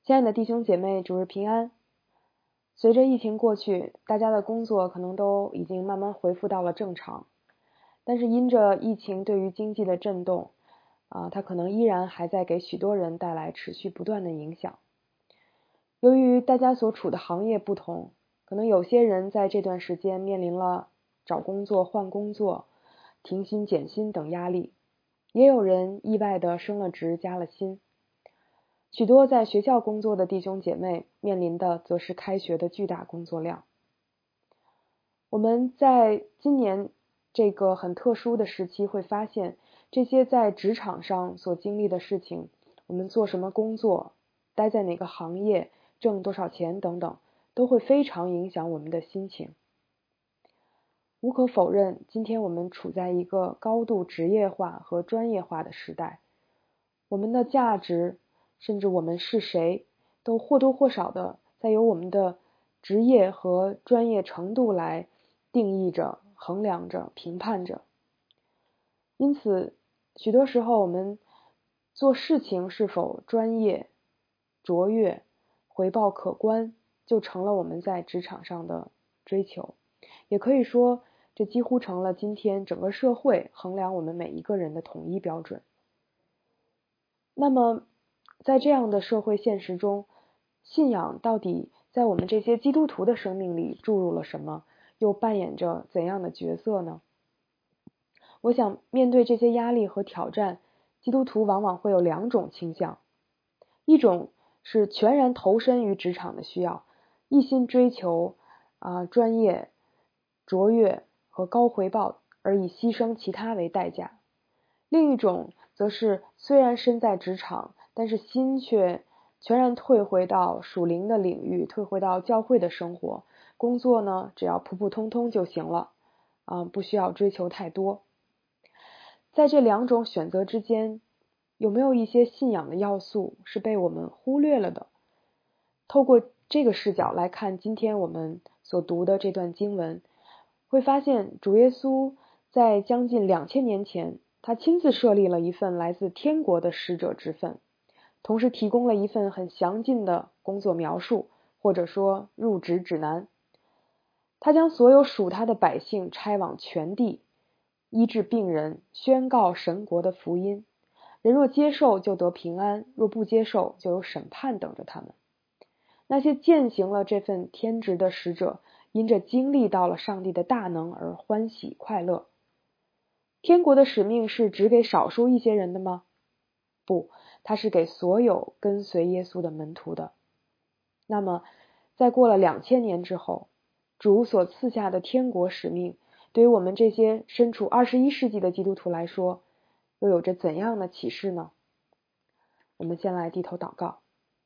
亲爱的弟兄姐妹，主日平安。随着疫情过去，大家的工作可能都已经慢慢恢复到了正常，但是因着疫情对于经济的震动，它可能依然还在给许多人带来持续不断的影响。由于大家所处的行业不同，可能有些人在这段时间面临了找工作、换工作、停薪减薪等压力，也有人意外的升了职、加了薪。许多在学校工作的弟兄姐妹面临的则是开学的巨大工作量。我们在今年这个很特殊的时期会发现，这些在职场上所经历的事情，我们做什么工作，待在哪个行业，挣多少钱等等，都会非常影响我们的心情。无可否认，今天我们处在一个高度职业化和专业化的时代，我们的价值甚至我们是谁，都或多或少的在由我们的职业和专业程度来定义着、衡量着、评判着。因此，许多时候我们做事情是否专业、卓越、回报可观，就成了我们在职场上的追求。也可以说，这几乎成了今天整个社会衡量我们每一个人的统一标准。那么，在这样的社会现实中，信仰到底在我们这些基督徒的生命里注入了什么，又扮演着怎样的角色呢？我想，面对这些压力和挑战，基督徒往往会有两种倾向：一种是全然投身于职场的需要，一心追求专业、卓越和高回报，而以牺牲其他为代价；另一种则是虽然身在职场，但是心却全然退回到属灵的领域，退回到教会的生活，工作呢只要普普通通就行了，不需要追求太多。在这两种选择之间，有没有一些信仰的要素是被我们忽略了的？透过这个视角来看今天我们所读的这段经文，会发现主耶稣在将近2000年前，他亲自设立了一份来自天国的使者之分，同时提供了一份很详尽的工作描述，或者说入职指南。他将所有属他的百姓差往全地，医治病人，宣告神国的福音。人若接受，就得平安；若不接受，就有审判等着他们。那些践行了这份天职的使者，因着经历到了上帝的大能而欢喜快乐。天国的使命是只给少数一些人的吗？不，它是给所有跟随耶稣的门徒的。那么，在过了2000年之后，主所赐下的天国使命，对于我们这些身处21世纪的基督徒来说，又有着怎样的启示呢？我们先来低头祷告。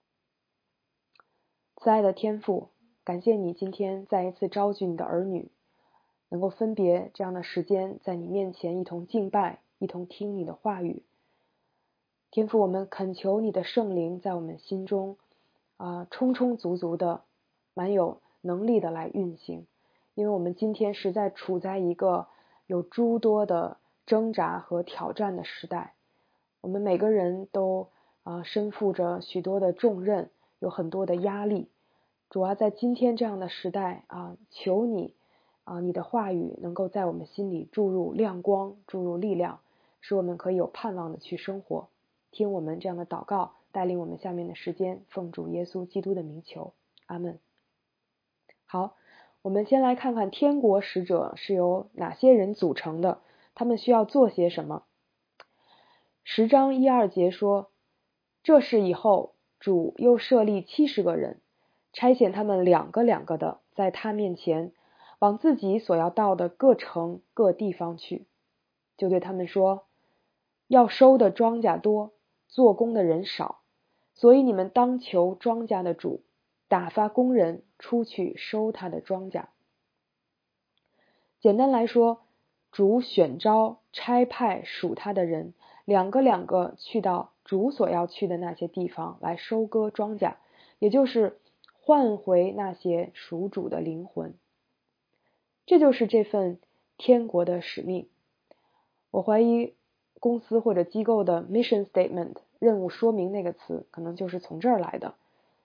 慈爱的天父，感谢你今天再一次召集你的儿女，能够分别这样的时间在你面前一同敬拜，一同听你的话语。天父，我们恳求你的圣灵在我们心中充充足足的，蛮有能力的来运行，因为我们今天实在处在一个有诸多的挣扎和挑战的时代，我们每个人都身负着许多的重任，有很多的压力。主啊，在今天这样的时代求你你的话语能够在我们心里注入亮光，注入力量，使我们可以有盼望的去生活。听我们这样的祷告，带领我们下面的时间，奉主耶稣基督的名求，阿们。好，我们先来看看天国使者是由哪些人组成的，他们需要做些什么。10章1、2节说，这事以后，主又设立70个人，差遣他们两个两个的在他面前，往自己所要到的各城各地方去，就对他们说，要收的庄稼多，做工的人少，所以你们当求庄稼的主打发工人出去收他的庄稼。简单来说，主选召差派属他的人，两个两个去到主所要去的那些地方来收割庄稼，也就是换回那些属主的灵魂。这就是这份天国的使命。我怀疑公司或者机构的 mission statement 任务说明那个词可能就是从这儿来的。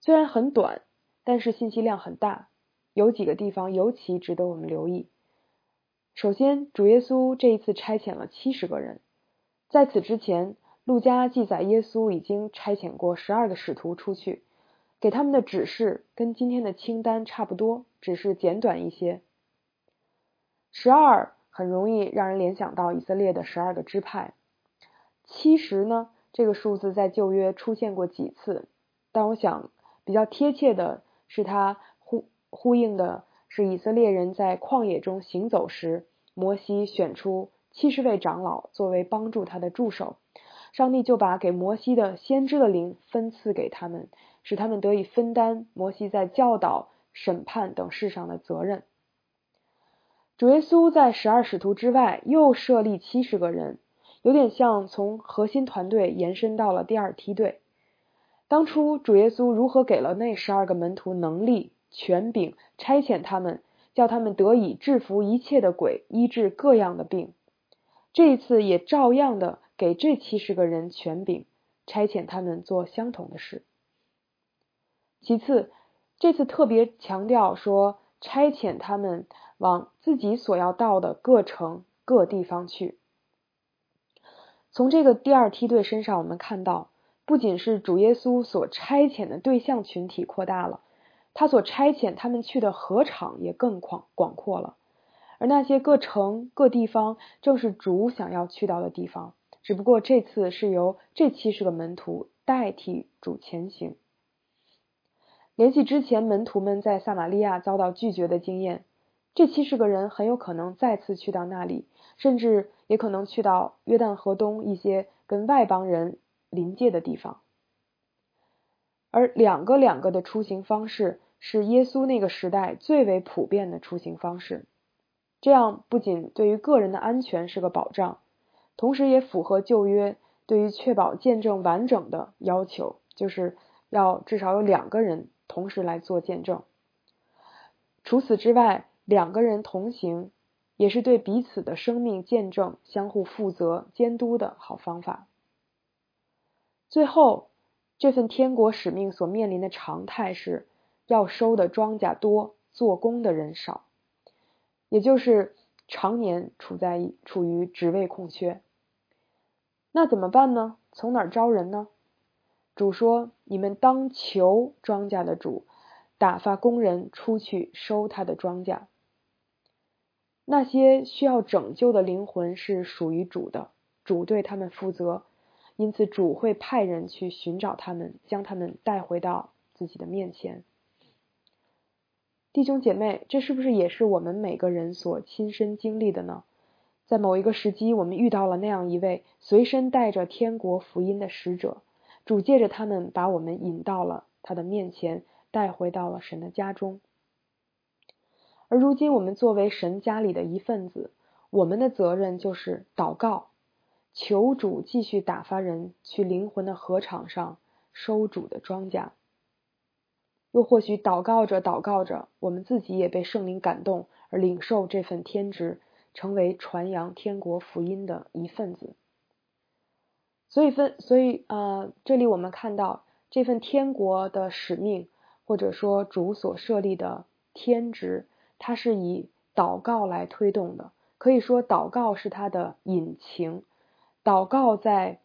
虽然很短，但是信息量很大，有几个地方尤其值得我们留意。首先，主耶稣这一次差遣了70个人。在此之前，路加记载耶稣已经差遣过12个使徒出去，给他们的指示跟今天的清单差不多，只是简短一些。12很容易让人联想到以色列的12个支派。70呢，这个数字在旧约出现过几次，但我想比较贴切的是它呼应的是以色列人在旷野中行走时，摩西选出70位长老作为帮助他的助手，上帝就把给摩西的先知的灵分赐给他们，使他们得以分担摩西在教导、审判等事上的责任。主耶稣在12使徒之外又设立70个人，有点像从核心团队延伸到了第二梯队。当初主耶稣如何给了那12个门徒能力、权柄，差遣他们，叫他们得以制服一切的鬼，医治各样的病。这一次也照样的给这70个人权柄，差遣他们做相同的事。其次，这次特别强调说，差遣他们往自己所要到的各城各地方去。从这个第二梯队身上，我们看到，不仅是主耶稣所差遣的对象群体扩大了，他所差遣他们去的禾场也更广阔了。而那些各城各地方，正是主想要去到的地方，只不过这次是由这70个门徒代替主前行。联系之前门徒们在撒玛利亚遭到拒绝的经验，这70个人很有可能再次去到那里，甚至也可能去到约旦河东一些跟外邦人临界的地方。而两个的出行方式是耶稣那个时代最为普遍的出行方式，这样不仅对于个人的安全是个保障，同时也符合旧约对于确保见证完整的要求，就是要至少有2个人同时来做见证。除此之外，2个人同行也是对彼此的生命见证相互负责监督的好方法。最后，这份天国使命所面临的常态是要收的庄稼多，做工的人少，也就是常年处于职位空缺。那怎么办呢？从哪儿招人呢？主说，你们当求庄稼的主打发工人出去收他的庄稼。那些需要拯救的灵魂是属于主的，主对他们负责，因此主会派人去寻找他们，将他们带回到自己的面前。弟兄姐妹，这是不是也是我们每个人所亲身经历的呢？在某一个时机，我们遇到了那样一位随身带着天国福音的使者，主借着他们把我们引到了他的面前，带回到了神的家中。而如今我们作为神家里的一份子，我们的责任就是祷告，求主继续打发人去灵魂的禾场上收主的庄稼。又或许祷告着，我们自己也被圣灵感动而领受这份天职，成为传扬天国福音的一份子。所以这里我们看到这份天国的使命，或者说主所设立的天职，它是以祷告来推动的。可以说祷告是它的引擎，祷告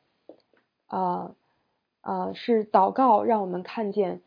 是祷告让我们看见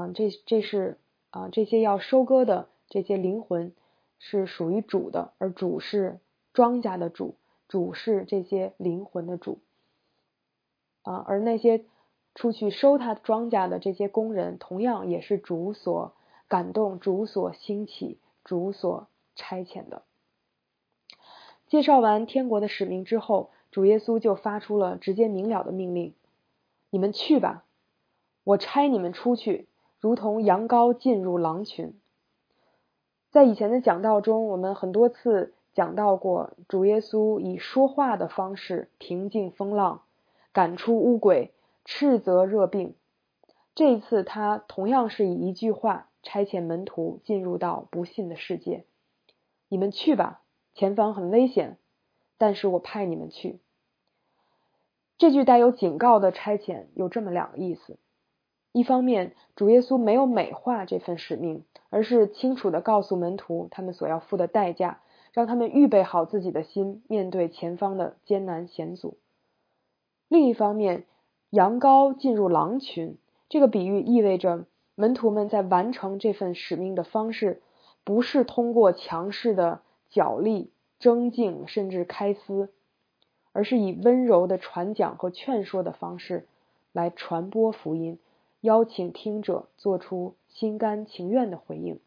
这些要收割的这些灵魂是属于主的，而主是庄稼的主，主是这些灵魂的主。而那些出去收他庄稼的这些工人，同样也是主所感动、主所兴起、主所差遣的。介绍完天国的使命之后，主耶稣就发出了直接明了的命令：你们去吧，我差你们出去，如同羊羔进入狼群。在以前的讲道中，我们很多次讲到过，主耶稣以说话的方式平静风浪，赶出污鬼，斥责热病。这一次他同样是以一句话差遣门徒进入到不信的世界：你们去吧，前方很危险，但是我派你们去。这句带有警告的差遣有这么2个意思。 一方面，主耶稣没有美化这份使命，而是清楚地告诉门徒他们所要付的代价，让他们预备好自己的心，面对前方的艰难险阻。另一方面，羊羔进入狼群，这个比喻意味着门徒们在完成这份使命的方式，不是通过强势的角力、争竞甚至开撕，而是以温柔的传讲和劝说的方式来传播福音，邀请听者做出心甘情愿的回应。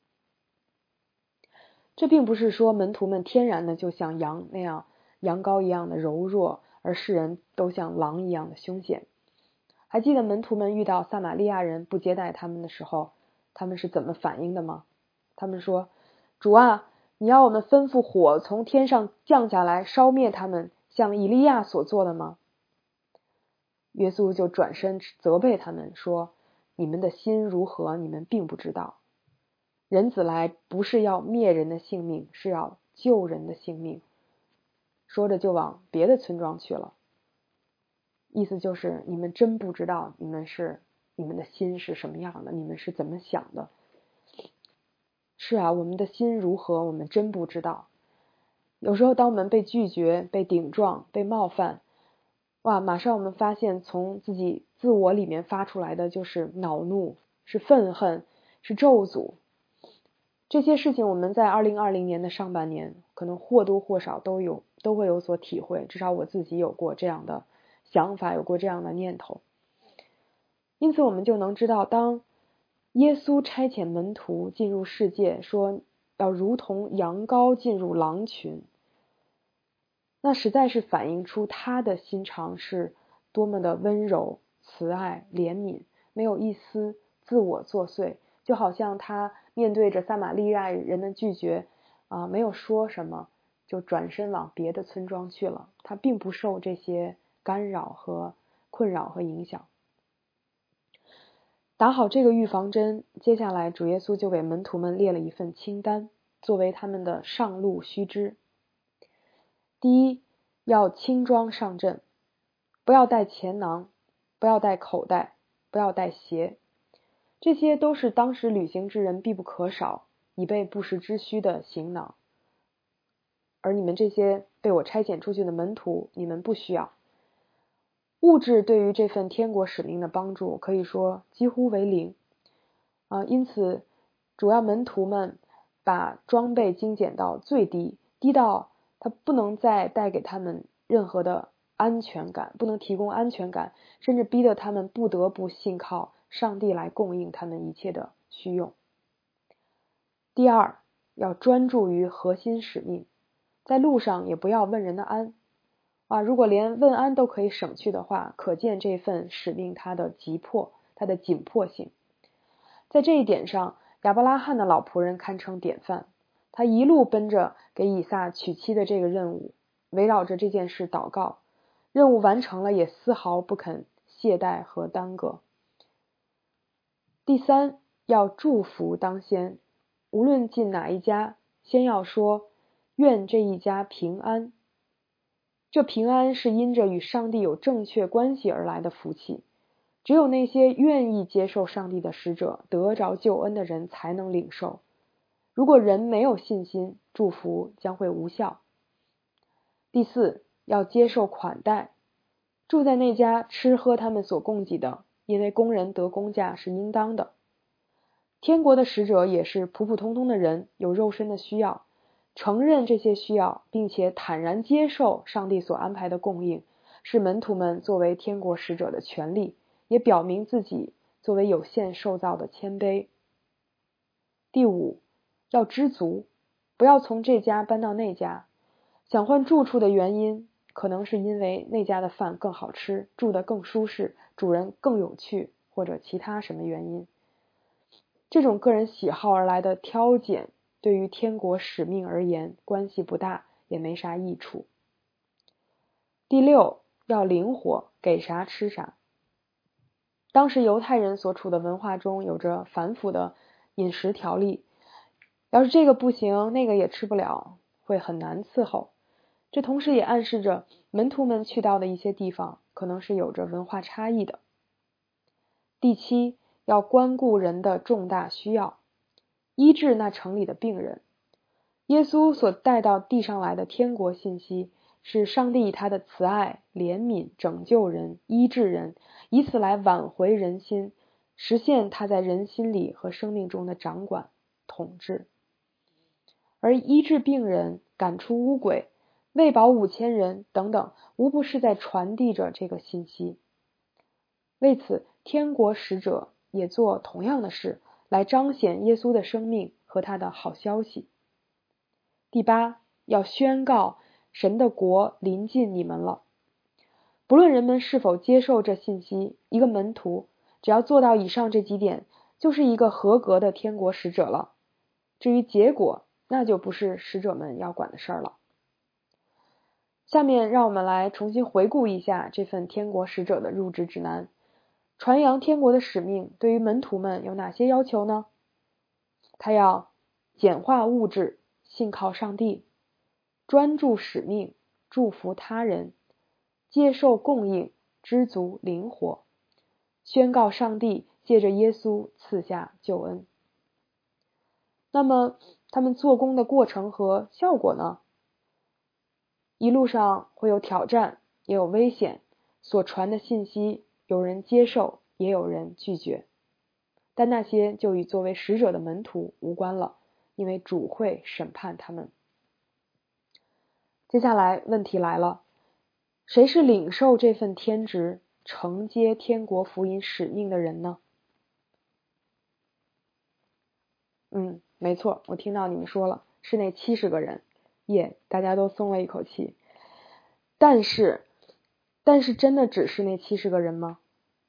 这并不是说门徒们天然的就像羊那样，羊羔一样的柔弱，而世人都像狼一样的凶险。还记得门徒们遇到撒玛利亚人不接待他们的时候，他们是怎么反应的吗？他们说：主啊，你要我们吩咐火从天上降下来烧灭他们，像以利亚所做的吗？耶稣就转身责备他们说：你们的心如何，你们并不知道。人子来不是要灭人的性命，是要救人的性命。说着就往别的村庄去了。意思就是你们真不知道你们的心是什么样的，你们是怎么想的。是啊，我们的心如何，我们真不知道。有时候当我们被拒绝、被顶撞、被冒犯，哇，马上我们发现从自己自我里面发出来的就是恼怒，是愤恨，是咒诅。这些事情我们在2020年的上半年可能或多或少都会有所体会，至少我自己有过这样的想法，有过这样的念头。因此我们就能知道，当耶稣差遣门徒进入世界，说要如同羊羔进入狼群，那实在是反映出他的心肠是多么的温柔、慈爱、怜悯，没有一丝自我作祟，就好像他面对着撒玛利亚人的拒绝没有说什么，就转身往别的村庄去了。他并不受这些干扰和困扰和影响。打好这个预防针，接下来主耶稣就给门徒们列了一份清单，作为他们的上路须知。第一，要轻装上阵，不要带钱囊，不要带口袋，不要带鞋，这些都是当时旅行之人必不可少，以备不时之需的行囊。而你们这些被我差遣出去的门徒，你们不需要。物质对于这份天国使命的帮助可以说几乎为零因此主要门徒们把装备精简到最低，低到他不能再带给他们任何的安全感，不能提供安全感，甚至逼得他们不得不信靠上帝来供应他们一切的需用。第二，要专注于核心使命，在路上也不要问人的安如果连问安都可以省去的话，可见这份使命它的急迫，它的紧迫性。在这一点上，亚伯拉罕的老仆人堪称典范。他一路奔着给以撒娶妻的这个任务，围绕着这件事祷告，任务完成了也丝毫不肯懈怠和耽搁。第三，要祝福当先，无论进哪一家，先要说愿这一家平安。这平安是因着与上帝有正确关系而来的福气，只有那些愿意接受上帝的使者，得着救恩的人才能领受。如果人没有信心，祝福将会无效。第四，要接受款待，住在那家吃喝他们所供给的，因为工人得工价是应当的。天国的使者也是普普通通的人，有肉身的需要，承认这些需要，并且坦然接受上帝所安排的供应，是门徒们作为天国使者的权利，也表明自己作为有限受造的谦卑。第五，要知足，不要从这家搬到那家。想换住处的原因，可能是因为那家的饭更好吃，住得更舒适，主人更有趣，或者其他什么原因。这种个人喜好而来的挑拣，对于天国使命而言关系不大，也没啥益处。第六，要灵活，给啥吃啥。当时犹太人所处的文化中有着繁复的饮食条例，要是这个不行，那个也吃不了，会很难伺候。这同时也暗示着门徒们去到的一些地方可能是有着文化差异的。 第七，要关顾人的重大需要，医治那城里的病人。耶稣所带到地上来的天国信息，是上帝以他的慈爱、怜悯拯救人、医治人，以此来挽回人心，实现他在人心里和生命中的掌管、统治。而医治病人、赶出污鬼、喂饱5000人等等，无不是在传递着这个信息。为此，天国使者也做同样的事，来彰显耶稣的生命和他的好消息。第八，要宣告神的国临近你们了。不论人们是否接受这信息，一个门徒只要做到以上这几点，就是一个合格的天国使者了。至于结果，那就不是使者们要管的事儿了。下面让我们来重新回顾一下这份天国使者的入职指南。传扬天国的使命对于门徒们有哪些要求呢？他要简化物质，信靠上帝，专注使命，祝福他人，接受供应，知足灵活，宣告上帝借着耶稣赐下救恩。那么他们做工的过程和效果呢？一路上会有挑战，也有危险，所传的信息有人接受，也有人拒绝，但那些就与作为使者的门徒无关了，因为主会审判他们。接下来问题来了，谁是领受这份天职、承接天国福音使命的人呢？没错，我听到你们说了，是那70个人，大家都松了一口气。但是真的只是那70个人吗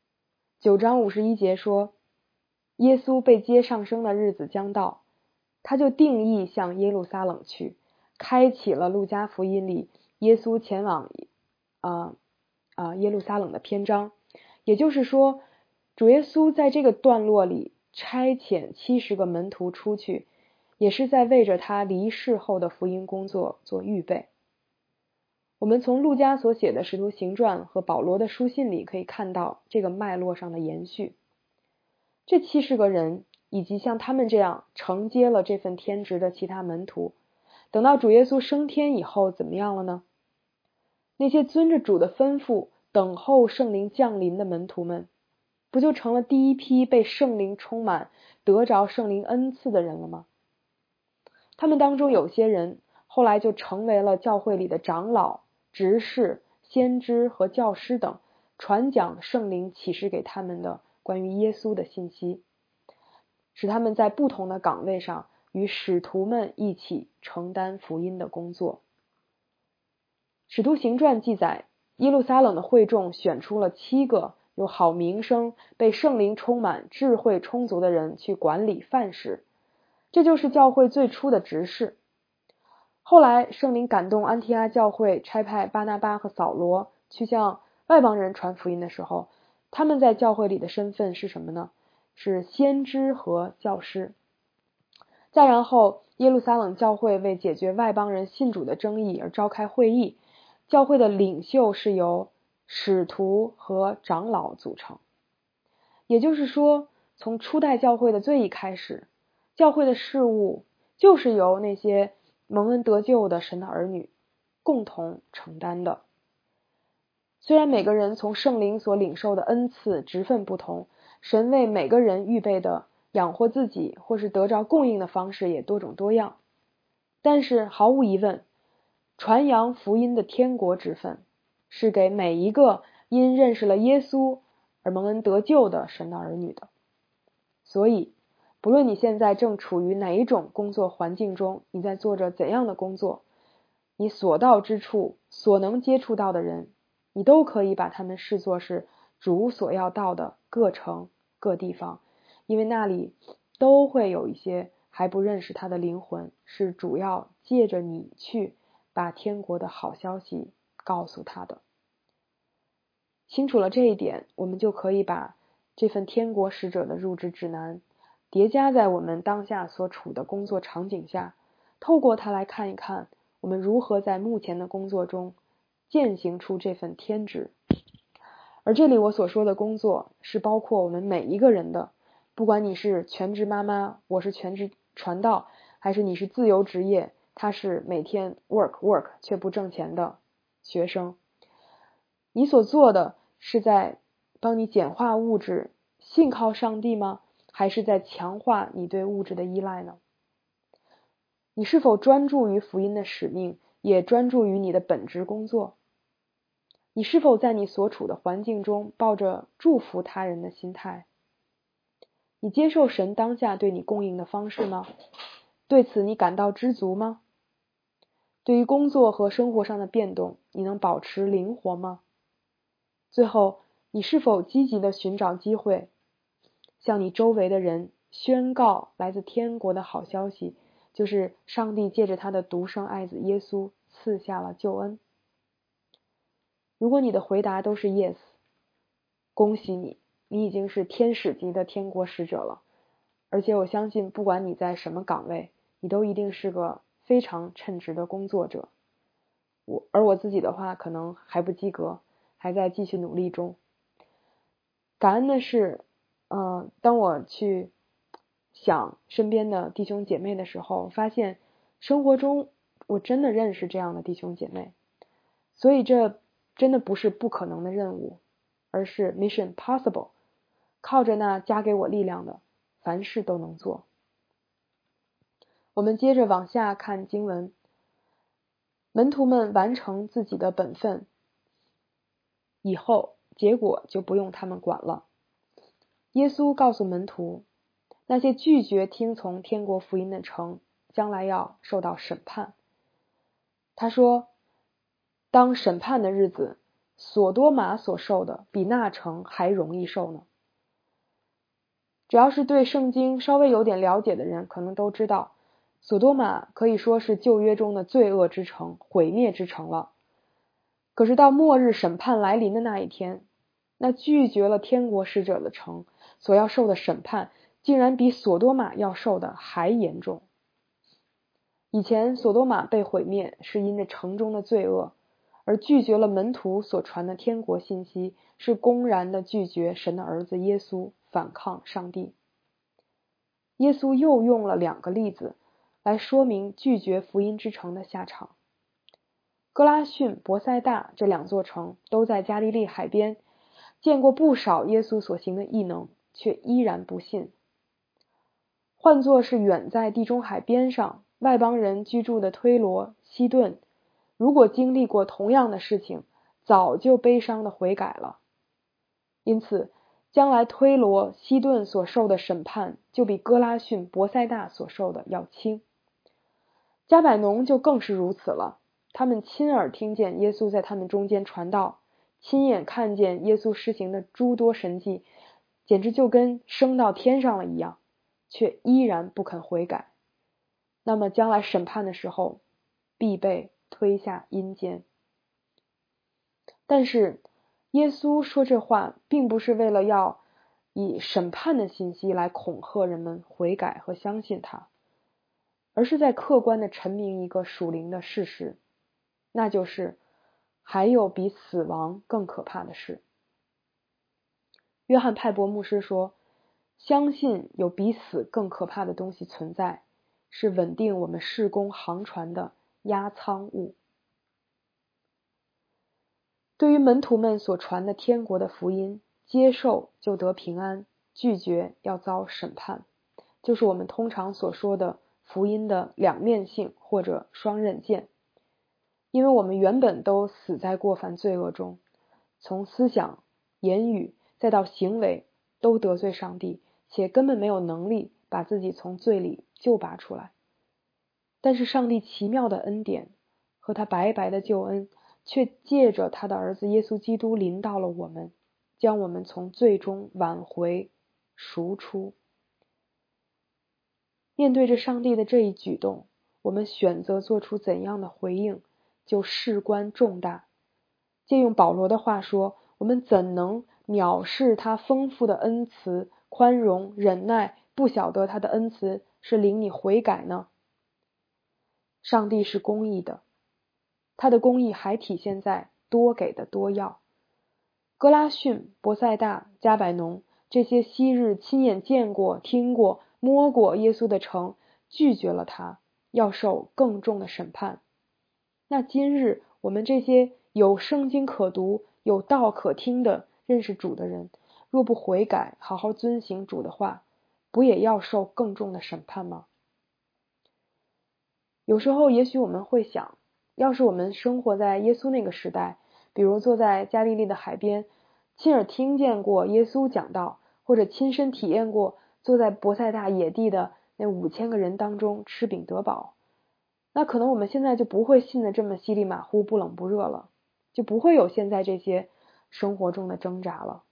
？9章51节说，耶稣被接上升的日子将到，他就定义向耶路撒冷去，开启了路加福音里耶稣前往耶路撒冷的篇章。也就是说，主耶稣在这个段落里差遣70个门徒出去，也是在为着他离世后的福音工作做预备。我们从路加所写的使徒行传和保罗的书信里可以看到这个脉络上的延续。这70个人以及像他们这样承接了这份天职的其他门徒，等到主耶稣升天以后怎么样了呢？那些遵着主的吩咐等候圣灵降临的门徒们，不就成了第一批被圣灵充满得着圣灵恩赐的人了吗？他们当中有些人后来就成为了教会里的长老、执事、先知和教师等，传讲圣灵启示给他们的关于耶稣的信息，使他们在不同的岗位上与使徒们一起承担福音的工作。使徒行传记载，耶路撒冷的会众选出了7个有好名声、被圣灵充满、智慧充足的人去管理饭食，这就是教会最初的执事。后来圣灵感动安提阿教会差派巴拿巴和扫罗去向外邦人传福音的时候，他们在教会里的身份是什么呢？是先知和教师。再然后，耶路撒冷教会为解决外邦人信主的争议而召开会议，教会的领袖是由使徒和长老组成。也就是说，从初代教会的最一开始，教会的事务就是由那些蒙恩得救的神的儿女共同承担的。虽然每个人从圣灵所领受的恩赐职分不同，神为每个人预备的养活自己或是得着供应的方式也多种多样，但是毫无疑问，传扬福音的天国职分是给每一个因认识了耶稣而蒙恩得救的神的儿女的。所以不论你现在正处于哪一种工作环境中，你在做着怎样的工作，你所到之处所能接触到的人，你都可以把他们视作是主所要到的各城各地方，因为那里都会有一些还不认识他的灵魂，是主要借着你去把天国的好消息告诉他的。清楚了这一点，我们就可以把这份天国使者的入职指南叠加在我们当下所处的工作场景下，透过它来看一看我们如何在目前的工作中践行出这份天职。 而这里我所说的工作是包括我们每一个人的，不管你是全职妈妈，我是全职传道，还是你是自由职业，他是每天 work 却不挣钱的学生，你所做的是在帮你简化物质，信靠上帝吗？还是在强化你对物质的依赖呢？你是否专注于福音的使命，也专注于你的本职工作？你是否在你所处的环境中抱着祝福他人的心态？你接受神当下对你供应的方式吗？对此你感到知足吗？对于工作和生活上的变动，你能保持灵活吗？最后，你是否积极地寻找机会，向你周围的人宣告来自天国的好消息，就是上帝借着他的独生爱子耶稣赐下了救恩？如果你的回答都是 yes， 恭喜你，你已经是天使级的天国使者了。而且我相信，不管你在什么岗位，你都一定是个非常称职的工作者。而我自己的话，可能还不及格，还在继续努力中。感恩的是，当我去想身边的弟兄姐妹的时候，发现生活中我真的认识这样的弟兄姐妹，所以这真的不是不可能的任务，而是 mission possible， 靠着那加给我力量的，凡事都能做。我们接着往下看经文，门徒们完成自己的本分以后，结果就不用他们管了。耶稣告诉门徒，那些拒绝听从天国福音的城，将来要受到审判。他说，当审判的日子，所多玛所受的比那城还容易受呢。只要是对圣经稍微有点了解的人，可能都知道，所多玛可以说是旧约中的罪恶之城，毁灭之城了。可是到末日审判来临的那一天，那拒绝了天国使者的城所要受的审判，竟然比所多玛要受的还严重。以前所多玛被毁灭是因着城中的罪恶，而拒绝了门徒所传的天国信息，是公然的拒绝神的儿子耶稣，反抗上帝。耶稣又用了2个例子来说明拒绝福音之城的下场。哥拉汛、伯赛大这2座城都在加利利海边，见过不少耶稣所行的异能，却依然不信。换作是远在地中海边上外邦人居住的推罗、西顿，如果经历过同样的事情，早就悲伤的悔改了。因此，将来推罗、西顿所受的审判，就比哥拉汛、伯赛大所受的要轻。加百农就更是如此了。他们亲耳听见耶稣在他们中间传道，亲眼看见耶稣施行的诸多神迹，简直就跟升到天上了一样，却依然不肯悔改。那么将来审判的时候，必被推下阴间。但是耶稣说这话，并不是为了要以审判的信息来恐吓人们悔改和相信他，而是在客观地陈明一个属灵的事实，那就是还有比死亡更可怕的事。约翰派伯牧师说，相信有比死更可怕的东西存在，是稳定我们事工航船的压舱物。对于门徒们所传的天国的福音，接受就得平安，拒绝要遭审判，就是我们通常所说的福音的两面性或者双刃剑。因为我们原本都死在过犯罪恶中，从思想、言语再到行为都得罪上帝，且根本没有能力把自己从罪里救拔出来。但是上帝奇妙的恩典和他白白的救恩，却借着他的儿子耶稣基督临到了我们，将我们从罪中挽回赎出。面对着上帝的这一举动，我们选择做出怎样的回应，就事关重大。借用保罗的话说，我们怎能藐视他丰富的恩慈、宽容、忍耐，不晓得他的恩慈是领你悔改呢？上帝是公义的，他的公义还体现在多给的多要。 哥拉汛、伯赛大、加百农这些昔日亲眼见过、听过、摸过耶稣的城，拒绝了他，要受更重的审判。那今日我们这些有圣经可读、有道可听的认识主的人，若不悔改，好好遵行主的话，不也要受更重的审判吗？有时候也许我们会想，要是我们生活在耶稣那个时代，比如坐在加利利的海边，亲耳听见过耶稣讲道，或者亲身体验过坐在伯赛大野地的那5000个人当中吃饼得饱，那可能我们现在就不会信得这么稀里马虎、不冷不热了，就不会有现在这些生活中的挣扎了。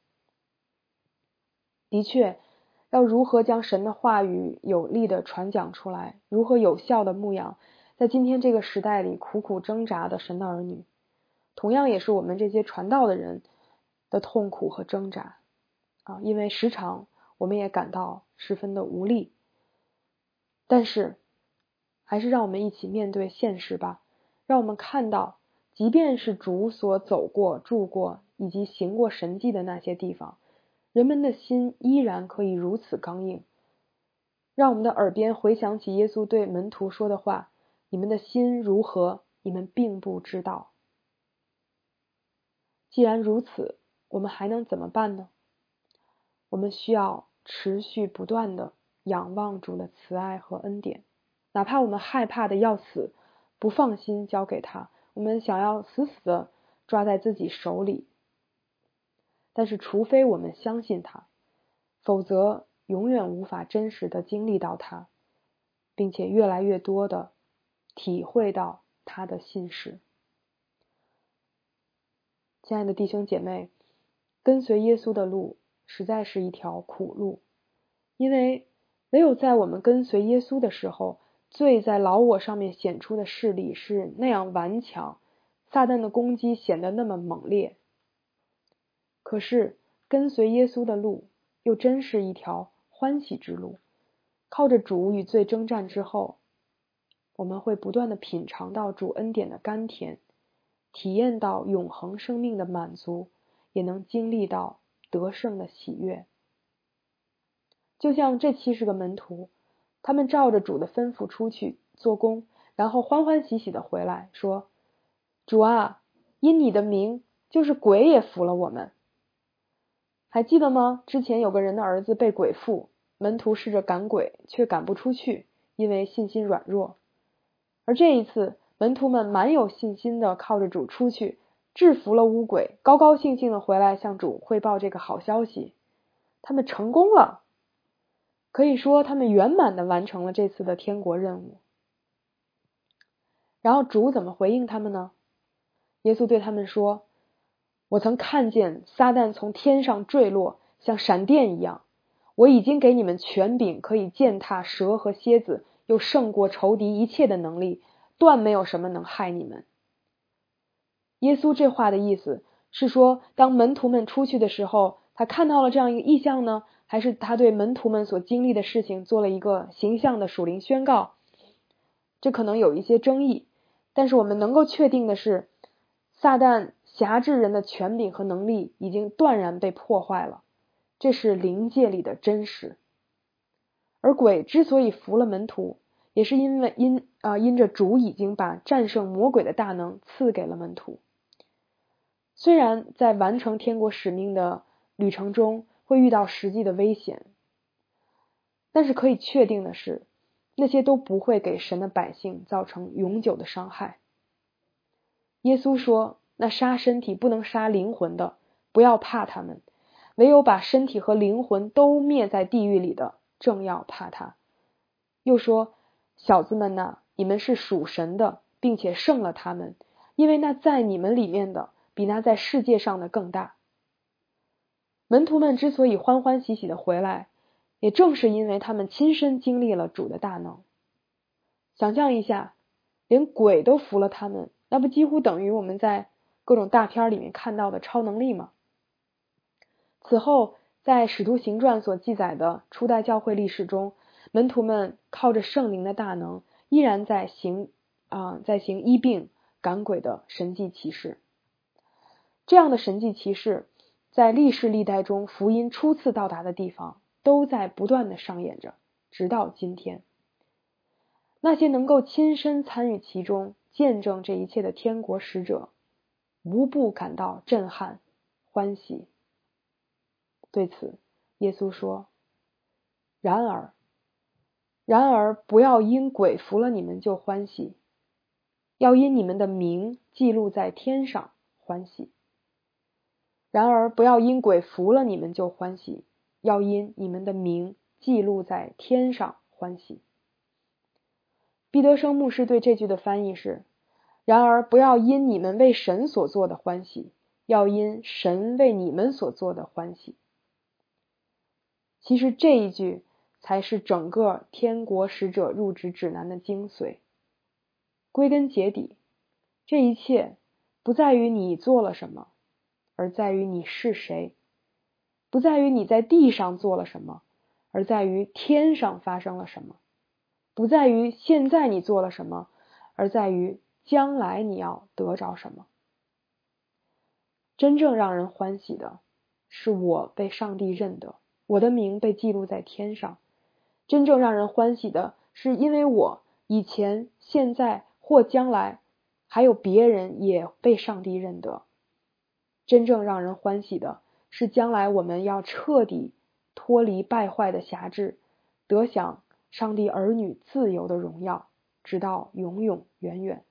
的确，要如何将神的话语有力地传讲出来，如何有效地牧养在今天这个时代里苦苦挣扎的神的儿女，同样也是我们这些传道的人的痛苦和挣扎因为时常我们也感到十分的无力。但是还是让我们一起面对现实吧，让我们看到，即便是主所走过、住过以及行过神迹的那些地方，人们的心依然可以如此刚硬。让我们的耳边回想起耶稣对门徒说的话：你们的心如何，你们并不知道。既然如此，我们还能怎么办呢？我们需要持续不断地仰望主的慈爱和恩典，哪怕我们害怕的要死，不放心交给他，我们想要死死地抓在自己手里，但是除非我们相信他，否则永远无法真实地经历到他，并且越来越多地体会到他的信实。亲爱的弟兄姐妹，跟随耶稣的路实在是一条苦路，因为唯有在我们跟随耶稣的时候，罪在老我上面显出的势力是那样顽强，撒旦的攻击显得那么猛烈。可是跟随耶稣的路又真是一条欢喜之路，靠着主与罪征战之后，我们会不断地品尝到主恩典的甘甜，体验到永恒生命的满足，也能经历到得胜的喜悦。就像这70个门徒，他们照着主的吩咐出去做工，然后欢欢喜喜地回来说：主啊，因你的名，就是鬼也服了我们。还记得吗？之前有个人的儿子被鬼附，门徒试着赶鬼，却赶不出去，因为信心软弱。而这一次，门徒们蛮有信心的靠着主出去，制服了污鬼，高高兴兴的回来向主汇报这个好消息。他们成功了，可以说他们圆满的完成了这次的天国任务。然后主怎么回应他们呢？耶稣对他们说：我曾看见撒旦从天上坠落，像闪电一样。我已经给你们权柄，可以践踏蛇和蝎子，又胜过仇敌一切的能力，断没有什么能害你们。耶稣这话的意思是说，当门徒们出去的时候，他看到了这样一个异象呢，还是他对门徒们所经历的事情做了一个形象的属灵宣告？这可能有一些争议，但是我们能够确定的是，撒旦辖制人的权柄和能力已经断然被破坏了，这是灵界里的真实。而鬼之所以服了门徒，也是因着主已经把战胜魔鬼的大能赐给了门徒。虽然在完成天国使命的旅程中会遇到实际的危险，但是可以确定的是，那些都不会给神的百姓造成永久的伤害。耶稣说，那杀身体不能杀灵魂的，不要怕他们，唯有把身体和灵魂都灭在地狱里的，正要怕他。又说，小子们哪，你们是属神的，并且胜了他们，因为那在你们里面的比那在世界上的更大。门徒们之所以欢欢喜喜的回来，也正是因为他们亲身经历了主的大能。想象一下，连鬼都服了他们，那不几乎等于我们在各种大片里面看到的超能力吗？此后，在使徒行传所记载的初代教会历史中，门徒们靠着圣灵的大能，依然在行医病赶鬼的神迹奇事。这样的神迹奇事在历世历代中福音初次到达的地方，都在不断地上演着，直到今天。那些能够亲身参与其中，见证这一切的天国使者，无不感到震撼、欢喜。对此，耶稣说：然而，不要因鬼服了你们就欢喜，要因你们的名记录在天上欢喜。然而，不要因鬼服了你们就欢喜，要因你们的名记录在天上欢喜。毕德生牧师对这句的翻译是：然而，不要因你们为神所做的欢喜，要因神为你们所做的欢喜。其实这一句才是整个天国使者入职指南的精髓。归根结底，这一切不在于你做了什么，而在于你是谁；不在于你在地上做了什么，而在于天上发生了什么；不在于现在你做了什么，而在于将来你要得着什么。真正让人欢喜的是我被上帝认得，我的名被记录在天上。真正让人欢喜的是因为我以前、现在或将来还有别人也被上帝认得。真正让人欢喜的是将来我们要彻底脱离败坏的辖制，得享上帝儿女自由的荣耀，直到永永远远。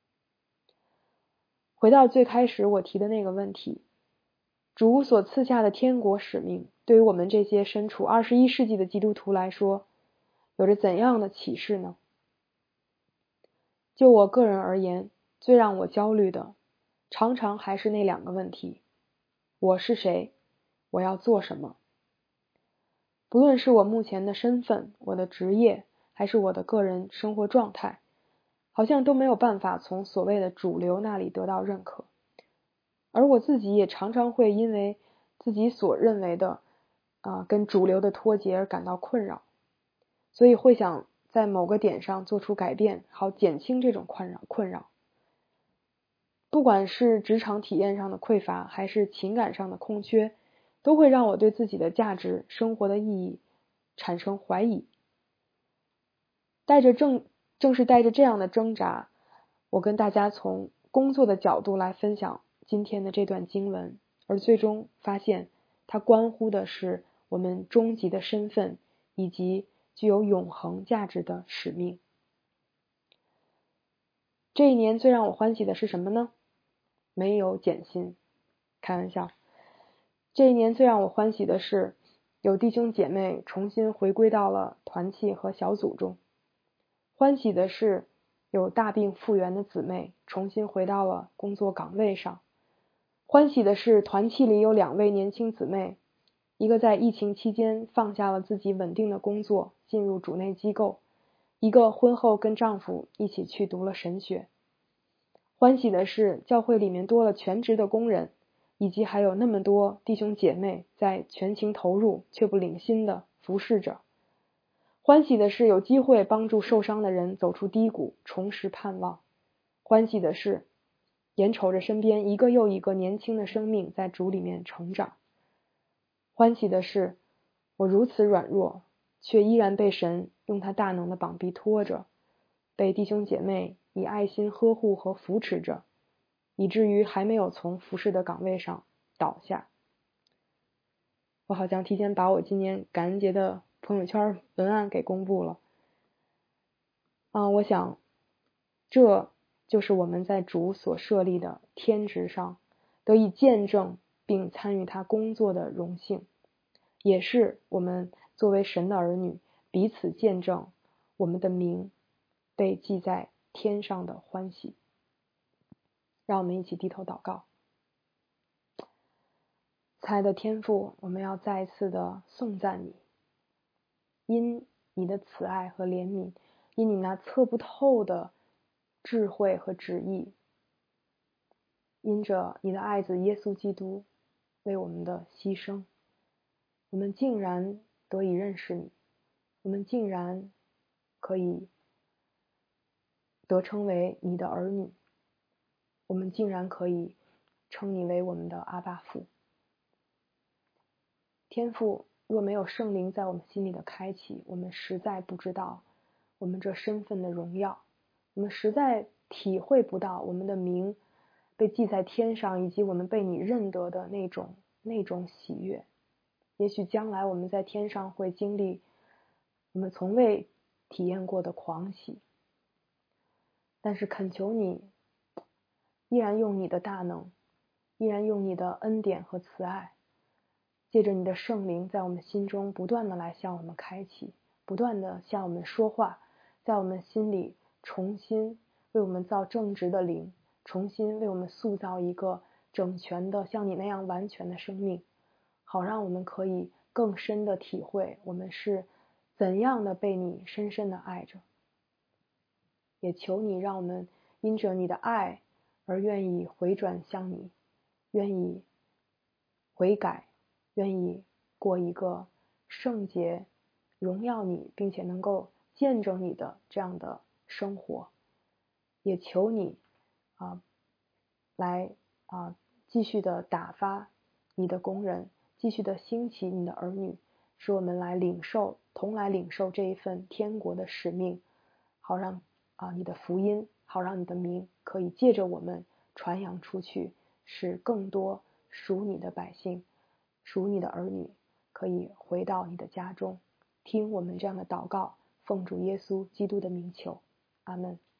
回到最开始我提的那个问题，主所赐下的天国使命，对于我们这些身处21世纪的基督徒来说，有着怎样的启示呢？就我个人而言，最让我焦虑的，常常还是那2个问题：我是谁？我要做什么？不论是我目前的身份、我的职业，还是我的个人生活状态，好像都没有办法从所谓的主流那里得到认可。而我自己也常常会因为自己所认为的跟主流的脱节而感到困扰，所以会想在某个点上做出改变，好减轻这种困扰。不管是职场体验上的匮乏，还是情感上的空缺，都会让我对自己的价值、生活的意义产生怀疑。正是带着这样的挣扎，我跟大家从工作的角度来分享今天的这段经文，而最终发现它关乎的是我们终极的身份以及具有永恒价值的使命。这一年最让我欢喜的是什么呢？没有减薪，开玩笑。这一年最让我欢喜的是有弟兄姐妹重新回归到了团契和小组中，欢喜的是有大病复原的姊妹重新回到了工作岗位上，欢喜的是团契里有2位年轻姊妹，一个在疫情期间放下了自己稳定的工作进入主内机构，一个婚后跟丈夫一起去读了神学。欢喜的是教会里面多了全职的工人，以及还有那么多弟兄姐妹在全情投入却不领薪的服侍着。欢喜的是有机会帮助受伤的人走出低谷，重拾盼望。欢喜的是眼瞅着身边一个又一个年轻的生命在主里面成长。欢喜的是我如此软弱，却依然被神用他大能的膀臂拖着，被弟兄姐妹以爱心呵护和扶持着，以至于还没有从服侍的岗位上倒下。我好像提前把我今年感恩节的朋友圈文案给公布了。我想这就是我们在主所设立的天职上得以见证并参与他工作的荣幸，也是我们作为神的儿女彼此见证我们的名被记在天上的欢喜。让我们一起低头祷告。亲爱的天父，我们要再一次的颂赞你，因你的慈爱和怜悯，因你那测不透的智慧和旨意，因着你的爱子耶稣基督为我们的牺牲，我们竟然得以认识你，我们竟然可以得称为你的儿女，我们竟然可以称你为我们的阿爸父。 天父，若没有圣灵在我们心里的开启，我们实在不知道我们这身份的荣耀，我们实在体会不到我们的名被记在天上，以及我们被你认得的那种喜悦。也许将来我们在天上会经历我们从未体验过的狂喜，但是恳求你依然用你的大能，依然用你的恩典和慈爱，借着你的圣灵在我们心中不断的来向我们开启，不断的向我们说话，在我们心里重新为我们造正直的灵，重新为我们塑造一个整全的像你那样完全的生命，好让我们可以更深的体会我们是怎样的被你深深的爱着。也求你让我们因着你的爱而愿意回转向你，愿意悔改，愿意过一个圣洁、荣耀你，并且能够见证你的这样的生活。也求你来继续的打发你的工人，继续的兴起你的儿女，使我们同来领受这一份天国的使命，好让你的福音，好让你的名可以借着我们传扬出去，使更多属你的百姓，属你的儿女可以回到你的家中。听我们这样的祷告，奉主耶稣基督的名求，阿们。